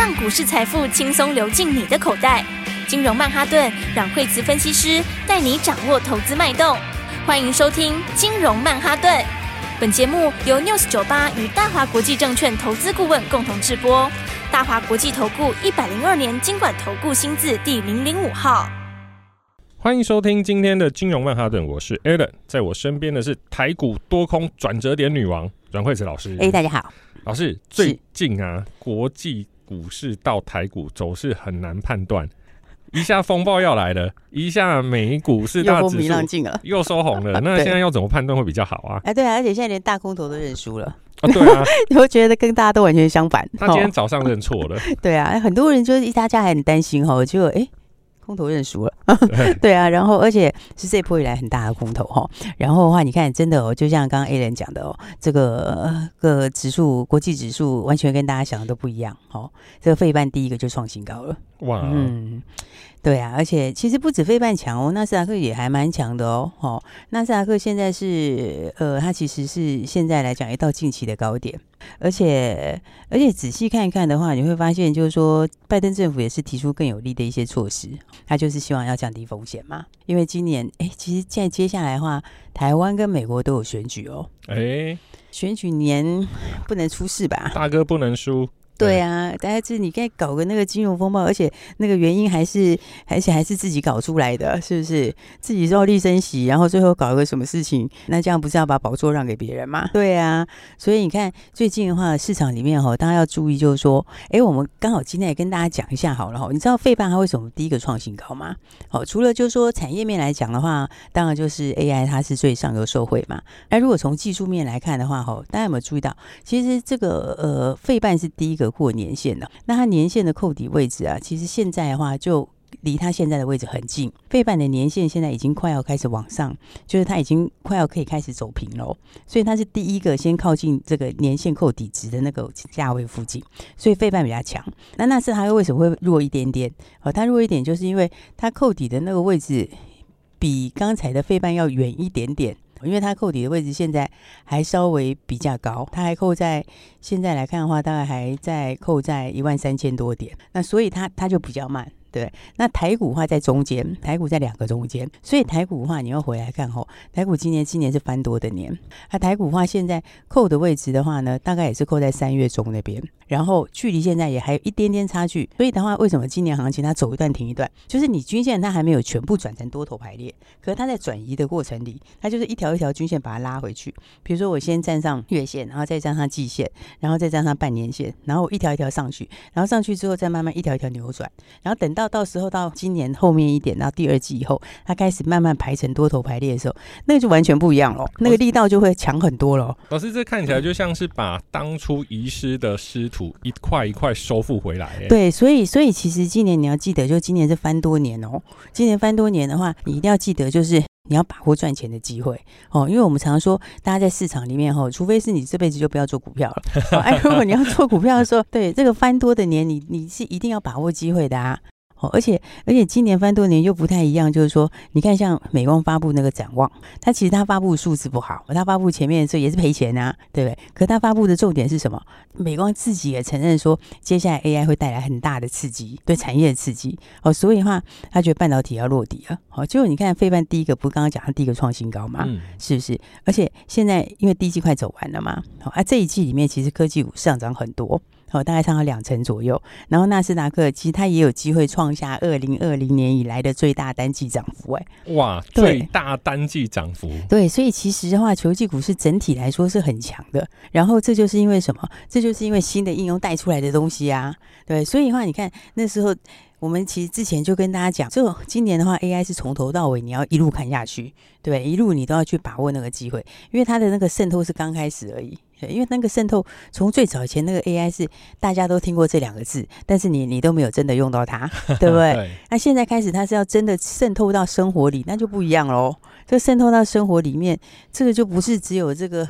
让股市财富轻松流进你的口袋。金融曼哈顿让惠慈分析师带你掌握投资脉动。欢迎收听金融曼哈顿。本节目由 News98 与大华国际证券投资顾问共同制播。大华国际投顾102年金管投顾新字第005号。 欢迎收听今天的金融曼哈顿，我是 Alan， 在我身边的是台股多空转折点女王阮惠慈老师。 大家好。 老师，最近啊，国际股市到台股走势很难判断，一下风暴要来了，一下美股四大指数又收红了，那现在要怎么判断会比较好啊？ 对啊，而且现在连大空头都认输了。 对啊， 我觉得跟大家都完全相反。 他今天早上认错了。 对啊，很多人就是大家还很担心哈，结果空头认输了。对啊，然后而且是这波以来很大的空头哈。然后的话，你看真的就像刚刚 Alan 讲的这个指数，国际指数完全跟大家想的都不一样这个费半第一个就创新高了。 哇， 对啊，而且其实不止费半强纳斯达克也还蛮强的纳斯达克现在是它其实是现在来讲也到近期的高点，而且仔细看一看的话，你会发现就是说拜登政府也是提出更有力的一些措施，他就是希望要降低风险嘛。因为今年其实在接下来的话，台湾跟美国都有选举选举年不能出事吧？ 大哥不能输。 对啊，但是你该搞个那个金融风暴，而且那个原因还是自己搞出来的，是不是？自己照例升息，然后最后搞个什么事情，那这样不是要把宝座让给别人吗？对啊，所以你看最近的话，市场里面大家要注意，就是说，我们刚好今天也跟大家讲一下好了你知道费半它为什么第一个创新高吗？除了就是说产业面来讲的话，当然就是 AI 它是最上游受惠嘛。那如果从技术面来看的话大家有没有注意到，其实这个费半是第一个过年线的，那它年线的扣底位置啊，其实现在的话就离它现在的位置很近，费半的年线现在已经快要开始往上，就是它已经快要可以开始走平了，所以它是第一个先靠近这个年线扣底值的那个价位附近，所以费半比较强。那纳斯达克为什么会弱一点点？它弱一点就是因为它扣底的那个位置比刚才的费半要远一点点。因为它扣底的位置现在还稍微比较高，它还扣在现在来看的话，大概还在扣在13000多点，那所以它就比较慢。对，那台股的话在中间，台股在两个中间，所以台股的话你要回来看台股今年是翻多的年，台股的话现在扣的位置的话呢，大概也是扣在3月中那边，然后距离现在也还有一点点差距，所以的话为什么今年行情它走一段停一段，就是你均线它还没有全部转成多头排列，可是它在转移的过程里，它就是一条一条均线把它拉回去，比如说我先站上月线，然后再站上季线，然后再站上半年线，然后我一条一条上去，然后上去之后再慢慢一条一条扭转，然后等到时候到今年后面一点，到第二季以后，它开始慢慢排成多头排列的时候，那个就完全不一样了，那个力道就会强很多了。 老师，这看起来就像是把当初遗失的失土一块一块收复回来。 对，所以其实今年你要记得，就今年是翻多年今年翻多年的话，你一定要记得就是你要把握赚钱的机会因为我们常说大家在市场里面除非是你这辈子就不要做股票了如果你要做股票的时候，对这个翻多的年你是一定要把握机会的啊。而且今年翻多年又不太一样，就是说你看像美光发布那个展望，它其实它发布的数字不好，它发布前面的时候也是赔钱啊，对不对？可它发布的重点是什么？美光自己也承认说接下来 AI 会带来很大的刺激，对产业的刺激所以的话他觉得半导体要落底了结果你看费半第一个不是刚刚讲它第一个创新高嘛是不是？而且现在因为第一季快走完了嘛这一季里面其实科技股上涨很多大概上到2成左右，然后纳斯达克其实它也有机会创下2020年以来的最大单季涨幅哇，最大单季涨幅。 对，所以其实的话球技股是整体来说是很强的，然后这就是因为什么？这就是因为新的应用带出来的东西啊。对，所以的话你看那时候我们其实之前就跟大家讲，就今年的话 AI 是从头到尾你要一路看下去，对，一路你都要去把握那个机会，因为它的那个渗透是刚开始而已。因为那个渗透从最早以前那个 AI 是大家都听过这2个字，但是你都没有真的用到它，对不对？那现在开始它是要真的渗透到生活里，那就不一样咯。这渗透到生活里面，这个就不是只有这个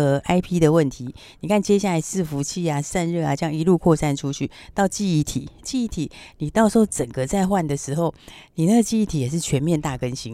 IP 的问题。你看接下来伺服器啊、散热啊，这样一路扩散出去到记忆体，记忆体你到时候整个在换的时候，你那个记忆体也是全面大更新啊。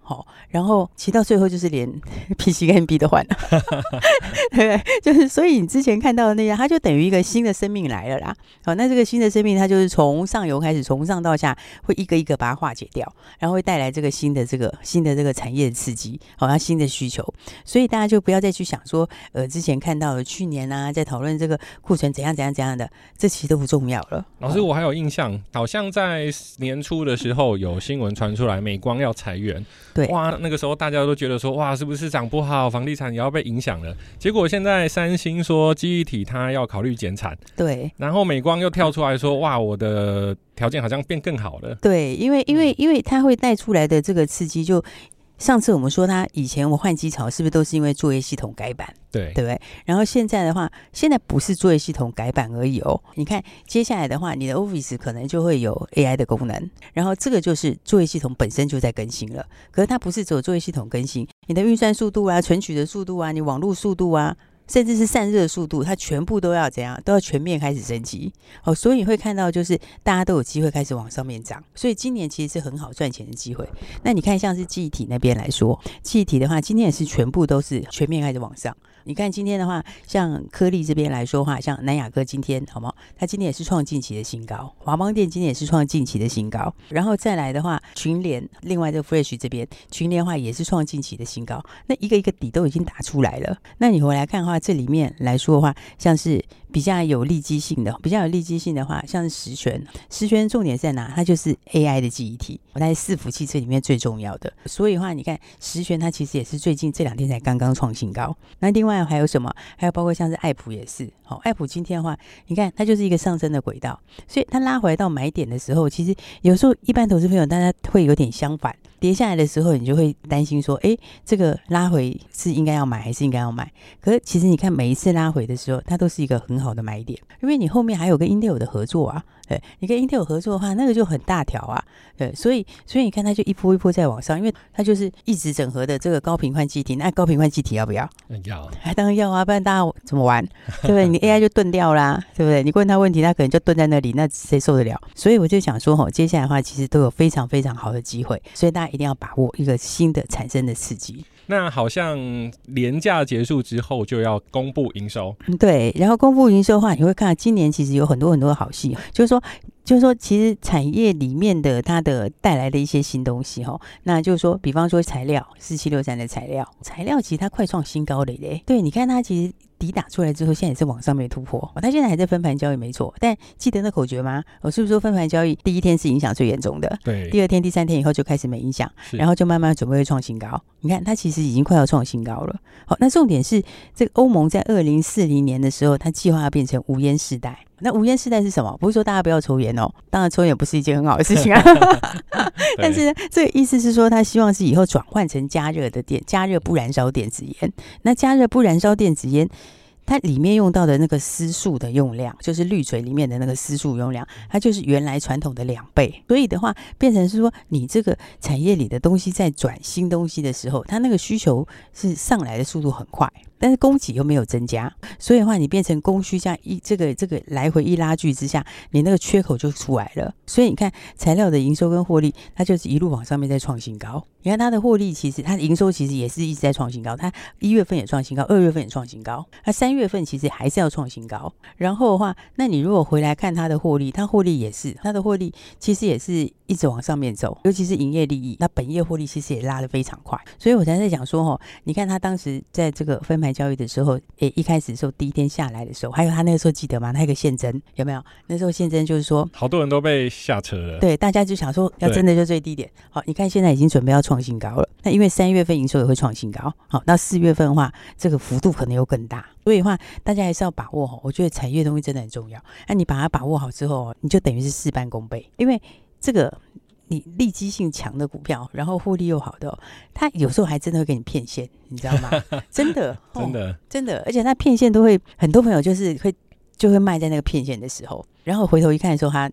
然后骑到最后就是连 PC 跟 NB 都换了对，就是所以你之前看到的那样，它就等于一个新的生命来了啦。那这个新的生命它就是从上游开始，从上到下会一个一个把它化解掉，然后会带来这个新的这个产业的刺激，它新的需求。所以大家就不要再去想说之前看到的去年啊在讨论这个库存怎样的，这其实都不重要了。 老师，我还有印象，好像在年初的时候有新闻传出来，美光要裁员。 对， 哇，那个时候大家都觉得说，哇，是不是市场不好，房地产也要被影响了？结果现在三星说记忆体它要考虑减产， 对， 然后美光又跳出来说，哇，我的条件好像变更好了。 对，因为它会带出来的这个刺激，就上次我们说它以前我换机槽是不是都是因为作业系统改版？对不对？然后现在的话，现在不是作业系统改版而已哦。你看接下来的话，你的 Office 可能就会有 AI 的功能，然后这个就是作业系统本身就在更新了。可是它不是只有作业系统更新，你的运算速度啊、存取的速度啊、你网络速度啊，甚至是散热速度，它全部都要怎样？都要全面开始升级所以你会看到就是大家都有机会开始往上面涨，所以今年其实是很好赚钱的机会。那你看像是记忆体那边来说，记忆体的话今天也是全部都是全面开始往上。你看今天的话，像科力这边来说的话，像南亚科今天好吗？它今天也是创近期的新高，华邦电今天也是创近期的新高，然后再来的话，群联另外这个 Fresh 这边群联的话也是创近期的新高，那一个一个底都已经打出来了。那你回来看的话，这里面来说的话，像是比较有利基性的话，像是十铨重点在哪？它就是 AI 的记忆体，我在伺服器这里面最重要的。所以的话，你看十铨它其实也是最近这2天才刚刚创新高。那另外还有什么？还有包括像是爱普也是，爱普今天的话，你看它就是一个上升的轨道，所以它拉回来到买点的时候，其实有时候一般投资朋友大家会有点相反。跌下来的时候，你就会担心说，这个拉回是应该要买还是应该要买？可是其实你看每一次拉回的时候，它都是一个很好的买点，因为你后面还有跟 Intel 的合作啊。对，你跟 Intel 合作的话，那个就很大条啊。对，所以你看它就一波一波在往上，因为它就是一直整合的这个高频宽记忆体。那高频宽记忆体要不要？ 要， 当然要啊，不然大家怎么玩？对不对？你 AI 就钝掉啦，对不对？你问他问题，他可能就钝在那里，那谁受得了？所以我就想说，接下来的话，其实都有非常非常好的机会，所以大家一定要把握一个新的产生的刺激。 那好像连假结束之后就要公布营收， 对，然后公布营收的话，你会看到今年其实有很多很多的好戏，就是说其实产业里面的它的带来的一些新东西那就是说比方说材料4763的材料其实它快创新高的耶。对，你看它其实底打出来之后，现在也是往上面突破它现在还在分盘交易没错，但记得那口诀吗？我是不是说分盘交易第一天是影响最严重的， 对， 第2天第3天以后就开始没影响，然后就慢慢准备会创新高。你看它其实已经快要创新高了。那重点是这个欧盟在2040年的时候，它计划要变成无烟世代。那无烟世代是什么？不是说大家不要抽烟当然抽烟不是一件很好的事情啊但是呢，这个意思是说他希望是以后转换成加热不燃烧电子烟。那加热不燃烧电子烟，它里面用到的那个丝数的用量，就是滤嘴里面的那个丝数用量，它就是原来传统的2倍。所以的话变成是说，你这个产业里的东西在转新东西的时候，它那个需求是上来的速度很快，但是供给又没有增加，所以的话你变成供需价这个来回一拉锯之下，你那个缺口就出来了。所以你看材料的营收跟获利，它就是一路往上面在创新高。你看它的获利其实它的营收其实也是一直在创新高，它1月份也创新高，2月份也创新高，它3月份其实还是要创新高。然后的话，那你如果回来看它的获利，它获利其实也是一直往上面走，尤其是营业利益，那本业获利其实也拉得非常快。所以我才在讲说你看它当时在这个分盘交易的时候，一开始的时候第1天下来的时候，还有它那个时候记得吗？它有个现增，有没有？那时候现增就是说好多人都被下车了， 对，大家就想说要真的就最低点。好，你看现在已经准备要创新高了。那因为3月份营收也会创新高，好，那4月份的话，这个幅度可能又更大。所以的话，大家还是要把握我觉得产业的东西真的很重要。那你把它把握好之后，你就等于是事半功倍，因为这个你利基性强的股票，然后获利又好的它有时候还真的会给你骗线，你知道吗？真的真的，而且它骗线都会很多朋友就会卖在那个骗线的时候，然后回头一看的时候，它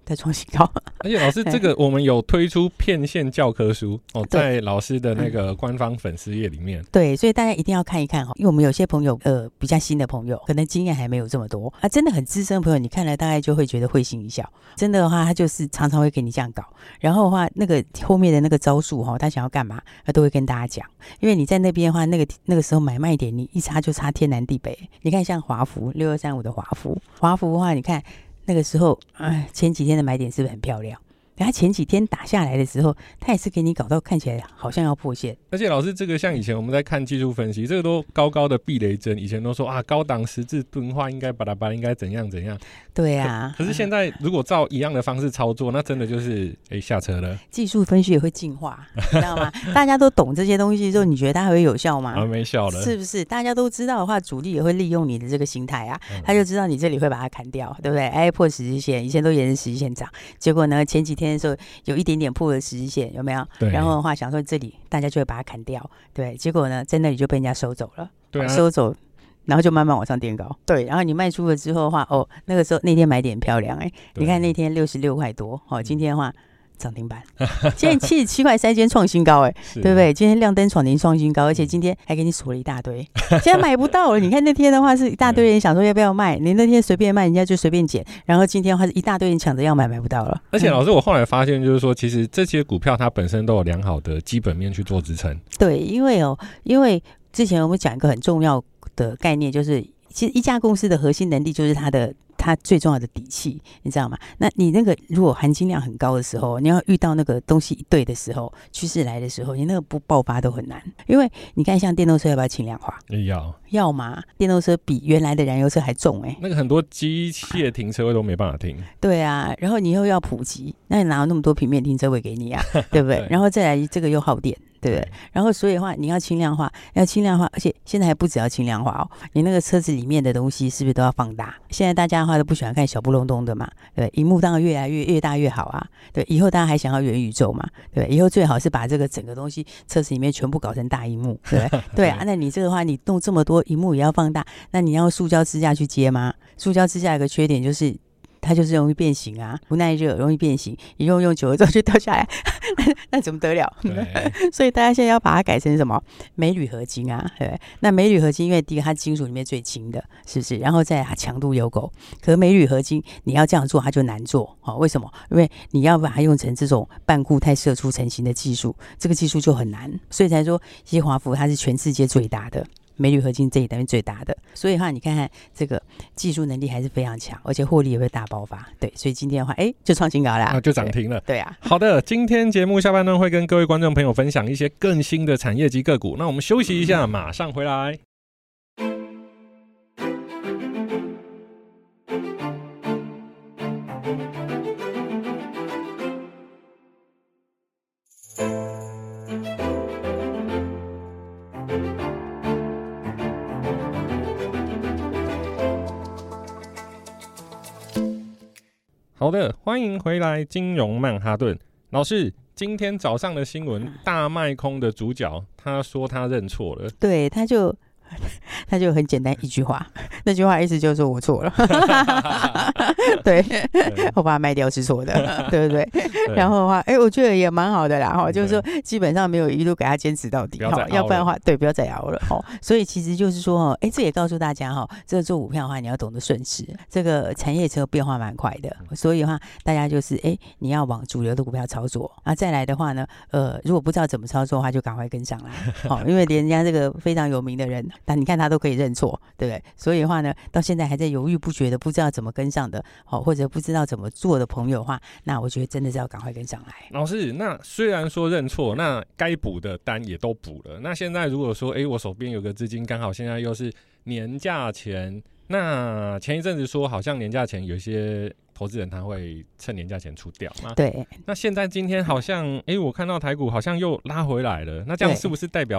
在创新高。 而且老师，这个我们有推出骗线教科书哦，在老师的那个官方粉丝页里面。 对，所以大家一定要看一看，因为我们有些朋友比较新的朋友，可能经验还没有这么多啊，真的很资深的朋友，你看了大概就会觉得会心一笑。真的话，他就是常常会给你这样搞，然后的话，那个后面的那个招数他想要干嘛，他都会跟大家讲。因为你在那边的话，那个时候买卖点，你一差就差天南地北。你看像华孚6235的华孚的话，你看那个时候，前几天的买点是不是很漂亮？他前几天打下来的时候，他也是给你搞到看起来好像要破线。 而且老师，这个像以前我们在看技术分析，这个都高高的避雷针，以前都说高档十字钝化应该巴拉巴拉应该怎样怎样。 对啊， 可是现在如果照一样的方式操作，那真的就是下车了。 技术分析也会进化，你知道吗？大家都懂这些东西之后，你觉得它还会有效吗？ 没效了， 是不是？大家都知道的话，主力也会利用你的这个心态啊，他就知道你这里会把它砍掉，对不对？破十日线，以前都沿着十日线涨，结果呢，前几天的时候有一点点破了十日线，有没有？然后的话想说这里大家就会把它砍掉，对，结果呢在那里就被人家收走了，对、收走。然后就慢慢往上垫高，对，然后你卖出了之后的话，那个时候那天买点漂亮，你看那天66块多，今天的话涨停板，现在77块3间创新高，对不对？今天亮灯创新高，而且今天还给你锁了一大堆，现在买不到了。你看那天的话是一大堆人想说要不要卖，你那天随便卖，人家就随便捡，然后今天的话是一大堆人抢着要买，买不到了。 而且老师，我后来发现就是说，其实这些股票它本身都有良好的基本面去做支撑。 对，因为之前我们讲一个很重要的概念，就是其实一家公司的核心能力就是它最重要的底气，你知道吗？那你那个如果含金量很高的时候，你要遇到那个东西一对的时候，趋势来的时候，你那个不爆发都很难。因为你看，像电动车要不要轻量化？要嘛，电动车比原来的燃油车还重那个很多机械停车位都没办法停。 对啊，然后你又要普及，那你哪有那么多平面停车位给你啊？对不对？然后再来这个又耗电。对不对？然后所以的话，你要轻量化，而且现在还不只要轻量化你那个车子里面的东西是不是都要放大？现在大家的话都不喜欢看小不隆咚的嘛，对，萤幕当然越来越大越好啊，对，以后大家还想要元宇宙嘛，对，以后最好是把这个整个东西车子里面全部搞成大萤幕，对不对？对啊，那你这个话你弄这么多萤幕也要放大，那你要塑胶支架去接吗？塑胶支架有个缺点就是它就是容易变形啊，不耐热，容易变形，你用久了之后就掉下来，那怎么得了？所以大家现在要把它改成什么镁铝合金啊？对，那镁铝合金因为第一个它金属里面最轻的，是不是？然后再来它强度又够，可是镁铝合金你要这样做它就难做，为什么？因为你要把它用成这种半固态射出成型的技术，这个技术就很难，所以才说其实华孚它是全世界最大的。镁铝合金这一单元最大的，所以的话你看看这个技术能力还是非常强，而且获利也会大爆发。对，所以今天的话就创新高啦， 就涨停了。 对啊， 好的，今天节目下半段会跟各位观众朋友分享一些更新的产业及个股，那我们休息一下，马上回来。好的，欢迎回来金融曼哈顿。老师，今天早上的新闻，大卖空的主角他说他认错了。 对，他就很简单一句话，那句话意思就是说我错了。对，我把它卖掉是错的，对不对？然后的话，我觉得也蛮好的啦，就是说基本上没有一路给他坚持到底，要不然的话，对，不要再熬了。所以其实就是说，这也告诉大家这个做股票的话，你要懂得顺势，这个产业车变化蛮快的，所以的话，大家就是你要往主流的股票操作啊。再来的话呢，如果不知道怎么操作的话，就赶快跟上来，因为连人家这个非常有名的人，但你看他都可以认错，对不对？所以的话呢，到现在还在犹豫不决的，不知道怎么跟上的，或者不知道怎么做的朋友的话，那我觉得真的是要赶快跟上来。 老师，那虽然说认错，那该补的单也都补了。那现在如果说，我手边有个资金，刚好现在又是年假前，那前一阵子说好像年假前有一些投资人他会趁年假前出掉嘛？ 对。 那现在今天好像，我看到台股好像又拉回来了，那这样是不是代表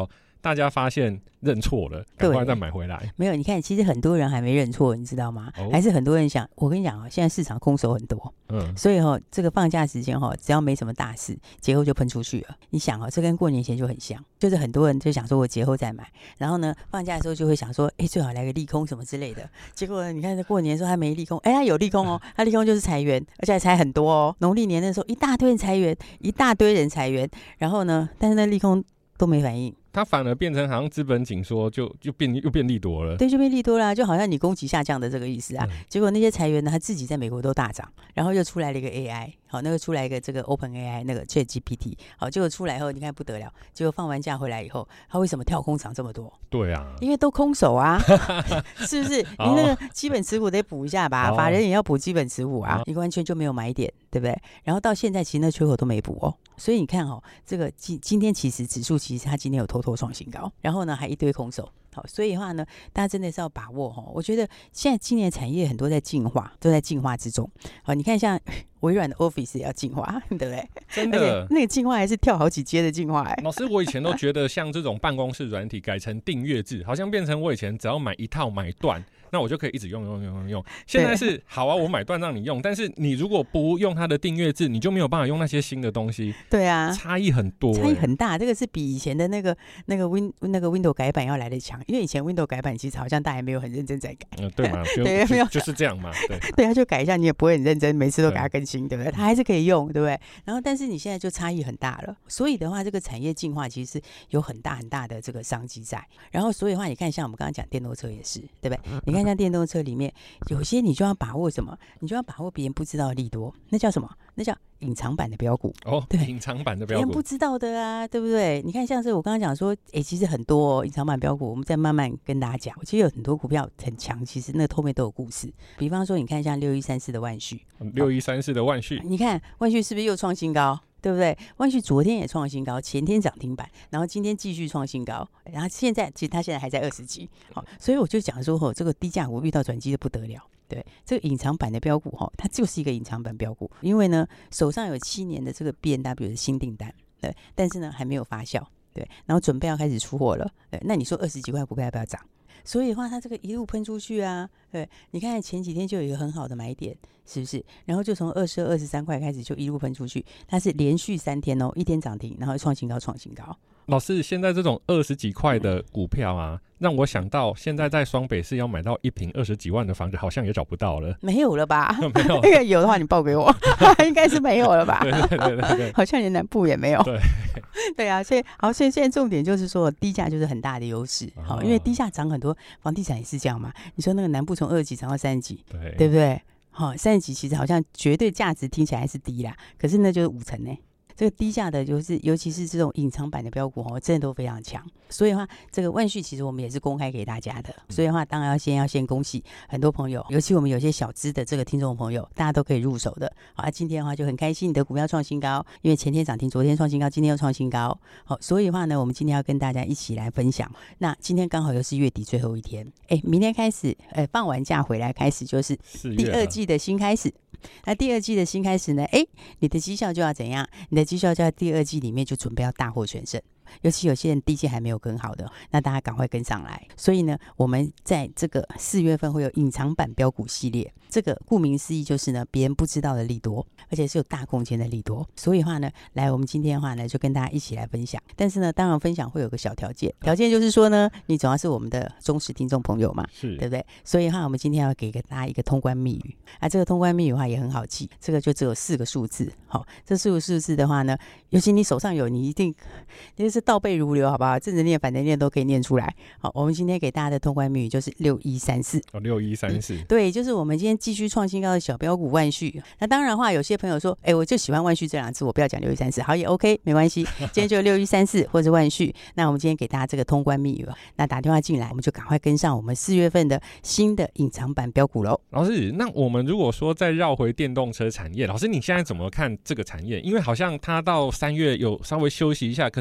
大家发现认错了，赶快再买回来。 没有，你看，其实很多人还没认错，你知道吗？还是很多人想，我跟你讲现在市场空手很多，所以这个放假时间只要没什么大事，节后就喷出去了。你想这跟过年前就很像，就是很多人就想说我节后再买，然后呢放假的时候就会想说，最好来个利空什么之类的。结果你看过年的时候他没利空，他有利空他利空就是裁员，而且还裁很多农历年的时候一大堆人裁员，一大堆人裁员，然后呢，但是那利空都没反应。 它反而变成好像资本紧缩，又变利多了。 对，就变利多了，就好像你供给下降的这个意思啊。结果那些裁员呢，他自己在美国都大涨，然后又出来了一个 AI， 好，那个出来一个这个 OpenAI 那个 ChatGPT， 好，结果出来以后，你看不得了，结果放完假回来以后，他为什么跳空涨这么多？ 对啊， 因为都空手啊，是不是？你那个基本持股得补一下吧，法人也要补基本持股啊，你完全就没有买点，对不对？然后到现在其实那缺口都没补所以你看这个今天其实指数其实它今天有偷创新高，然后呢还一堆空手。好，所以的话呢，大家真的是要把握我觉得现在今年产业很多在进化，都在进化之中。好，你看像微软的 Office 也要进化，对不对？ 真的， 那个进化还是跳好几阶的进化老师，我以前都觉得像这种办公室软体改成订阅制，好像变成我以前只要买一套买断，那我就可以一直用。现在是好啊，我买断让你用，但是你如果不用它的订阅制，你就没有办法用那些新的东西。 对啊， 差异很多， 差异很大。这个是比以前的那个 Windows 改版要来的强，因为以前 Windows 改版其实好像大家没有很认真在改。 对嘛？对，没有就是这样嘛。 对，他就改一下，你也不会很认真，每次都给他更新，对不对？他还是可以用，对不对？然后，但是你现在就差异很大了。所以的话，这个产业进化其实是有很大很大的这个商机在。然后，所以的话，你看像我们刚刚讲电动车也是，对不对？你看像电动车里面有些你就要把握什么？你就要把握别人不知道的利多，那叫什么？那叫隐藏版的标股对，隐藏版的标股， 别人不知道的啊，对不对？你看，像是我刚刚讲说，其实很多隐藏版标股，我们再慢慢跟大家讲。其实有很多股票很强，其实那后面都有故事。比方说，你看像6134的万旭 ，6134的万旭， 你看万旭是不是又创新高？对不对？万旭昨天也创新高，前天涨停板，然后今天继续创新高，然后其实它现在还在20几，所以我就讲说这个低价股遇到转机就不得了。对，这个隐藏版的标股它就是一个隐藏版标股，因为呢手上有7年的这个 BMW 的新订单，对，但是呢还没有发酵，对，然后准备要开始出货了，对，那你说20几块股票要不要涨？所以的话，它这个一路喷出去啊，对，你看前几天就有一个很好的买点，是不是？然后就从22、23块开始就一路喷出去，它是连续3天一天涨停，然后创新高。 老师，现在这种20几块的股票啊，让我想到现在在双北市要买到一坪20几万的房子，好像也找不到了。 没有了吧？ 没有， 那个有的话你报给我，应该是没有了吧？ 对， 好像连南部也没有。 对， 对啊，所以现在重点就是说低价就是很大的优势，好，因为低价涨很多，房地产也是这样嘛。你说那个南部从20几涨到30几，对不对？好，30几其实好像绝对价值听起来还是低啦，可是那就是5成呢。这个低价的就是尤其是这种隐藏版的标股真的都非常强。所以的话，这个万旭其实我们也是公开给大家的，所以的话当然要先恭喜很多朋友，尤其我们有些小资的这个听众朋友，大家都可以入手的。好，今天的话就很开心，你的股票创新高，因为前天涨停，昨天创新高，今天又创新高。好，所以的话呢，我们今天要跟大家一起来分享。那今天刚好又是月底最后一天，明天开始，放完假回来开始就是第2季的新开始。那第2季的新开始呢？你的绩效就要怎样？你的绩效就在第2季里面就准备要大获全胜。尤其有些人第一季还没有跟好的，那大家赶快跟上来。所以呢，我们在这个4月份会有隐藏版标股系列，这个顾名思义就是呢，别人不知道的利多，而且是有大空间的利多。所以的话呢，来我们今天的话呢，就跟大家一起来分享。但是呢，当然分享会有个小条件，条件就是说呢，你总要是我们的忠实听众朋友嘛，对不对？所以的话，我们今天要给大家一个通关密语啊，这个通关密语的话也很好记，这个就只有4个数字。好，这4个数字的话呢，尤其你手上有，你一定就是倒背如流，好不好？正着念、反着念都可以念出来。好，我们今天给大家的通关密语就是6134。 6134。 对，就是我们今天继续创新高的小标股万旭。那当然的话，有些朋友说，我就喜欢万旭这2字，我不要讲6134。好，也 OK， 没关系。今天就6134或者万旭。那我们今天给大家这个通关密语，那打电话进来，我们就赶快跟上我们4月份的新的隐藏版标股喽。 老师，那我们如果说再绕回电动车产业，老师你现在怎么看这个产业？因为好像它到3月有稍微休息一下，可是万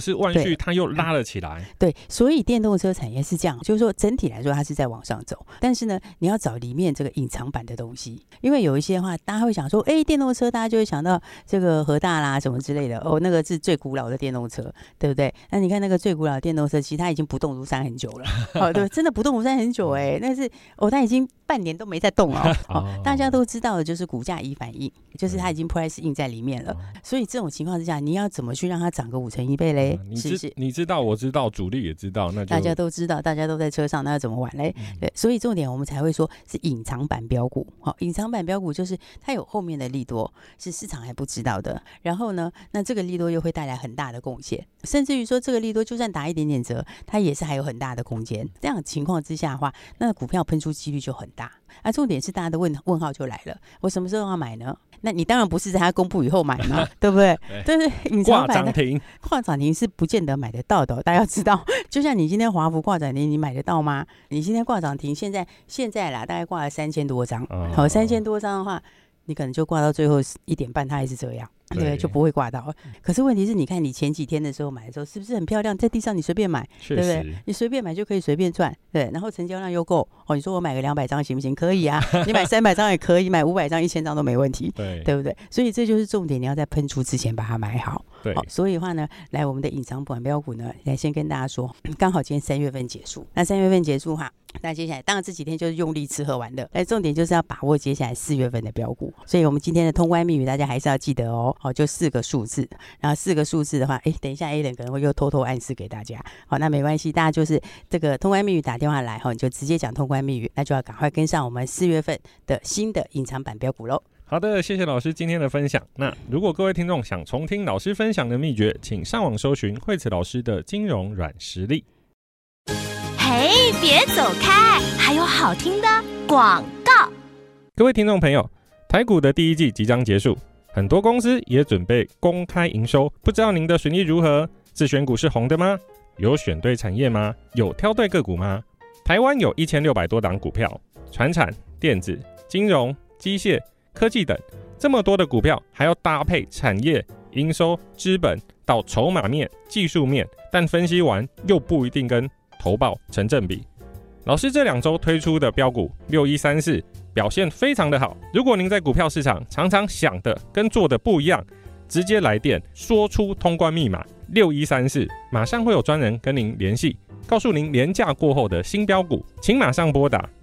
续它又拉了起来。 对，所以电动车产业是这样，就是说整体来说它是在往上走，但是呢，你要找里面这个隐藏版的东西，因为有一些的话，大家会想说，电动车大家就会想到这个和大啦什么之类的，那个是最古老的电动车，对不对？那你看那个最古老的电动车，其实它已经不动如山很久了，对，真的不动如山很久那是它已经半年都没在动大家都知道的就是股价已反应，就是它已经 price in 在里面了，所以这种情况之下，你要怎么去让它涨个5成1倍嘞？ 你知道，我知道，主力也知道，那就大家都知道，大家都在车上，那要怎么玩嘞？对，所以重点我们才会说是隐藏版标股。隐藏版标股就是它有后面的利多，是市场还不知道的。然后呢，那这个利多又会带来很大的贡献，甚至于说这个利多就算打一点点折，它也是还有很大的空间。这样的情况之下的话，那股票喷出几率就很大。重点是大家的问号就来了，我什么时候要买呢？那你当然不是在它公布以后买嘛，对不对？但是隐藏版挂涨停是不见得买得到的，大家要知道。就像你今天华孚挂涨停，你买得到吗？你今天挂涨停，现在啦，大概挂了3000多张，好，3000多张的话，你可能就挂到最后1点半，它还是这样。对，就不会挂到。可是问题是，你看你前几天的时候买的时候，是不是很漂亮？在地上你随便买，对不对？你随便买就可以随便赚，对。然后成交量又够，你说我买个200张行不行？可以啊，你买300张也可以，买500张、1000张都没问题，对不对？所以这就是重点，你要在喷出之前把它买好。 对， 所以的话呢，来我们的隐藏版标股呢，来先跟大家说，刚好今天3月份结束，那3月份结束哈。那接下来当然这几天就是用力吃喝玩乐，来重点就是要把握接下来4月份的标股，所以我们今天的通关密语大家还是要记得就4个数字，然后4个数字的话，等一下 A 人可能会又偷偷暗示给大家，那没关系，大家就是这个通关密语打电话来你就直接讲通关密语，那就要赶快跟上我们4月份的新的隐藏版标股咯。 好的，谢谢老师今天的分享。那如果各位听众想重听老师分享的秘诀，请上网搜寻惠慈老师的金融软实力。 嘿，别走开，还有好听的广告。 各位听众朋友，台股的第一季即将结束，很多公司也准备公开营收，不知道您的损益如何？自选股是红的吗？有选对产业吗？有挑对个股吗？台湾有1600多档股票，传产、电子、金融、机械、科技等，这么多的股票，还要搭配产业、营收、资本到筹码面、技术面，但分析完又不一定跟投报成正比。老师这2周推出的标股6134表现非常的好。如果您在股票市场常常想的跟做的不一样，直接来电说出通关密码6134，马上会有专人跟您联系，告诉您连假过后的新标股，请马上拨打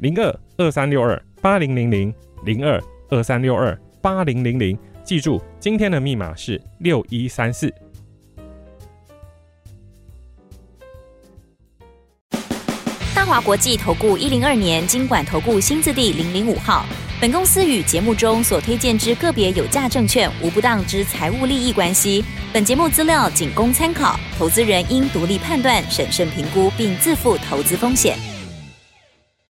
02-2362-8000 02-2362-8000，记住今天的密码是6134。 大华国际投顾102年金管投顾新字第005号。本公司与节目中所推荐之个别有价证券无不当之财务利益关系。本节目资料仅供参考，投资人应独立判断、审慎评估，并自负投资风险。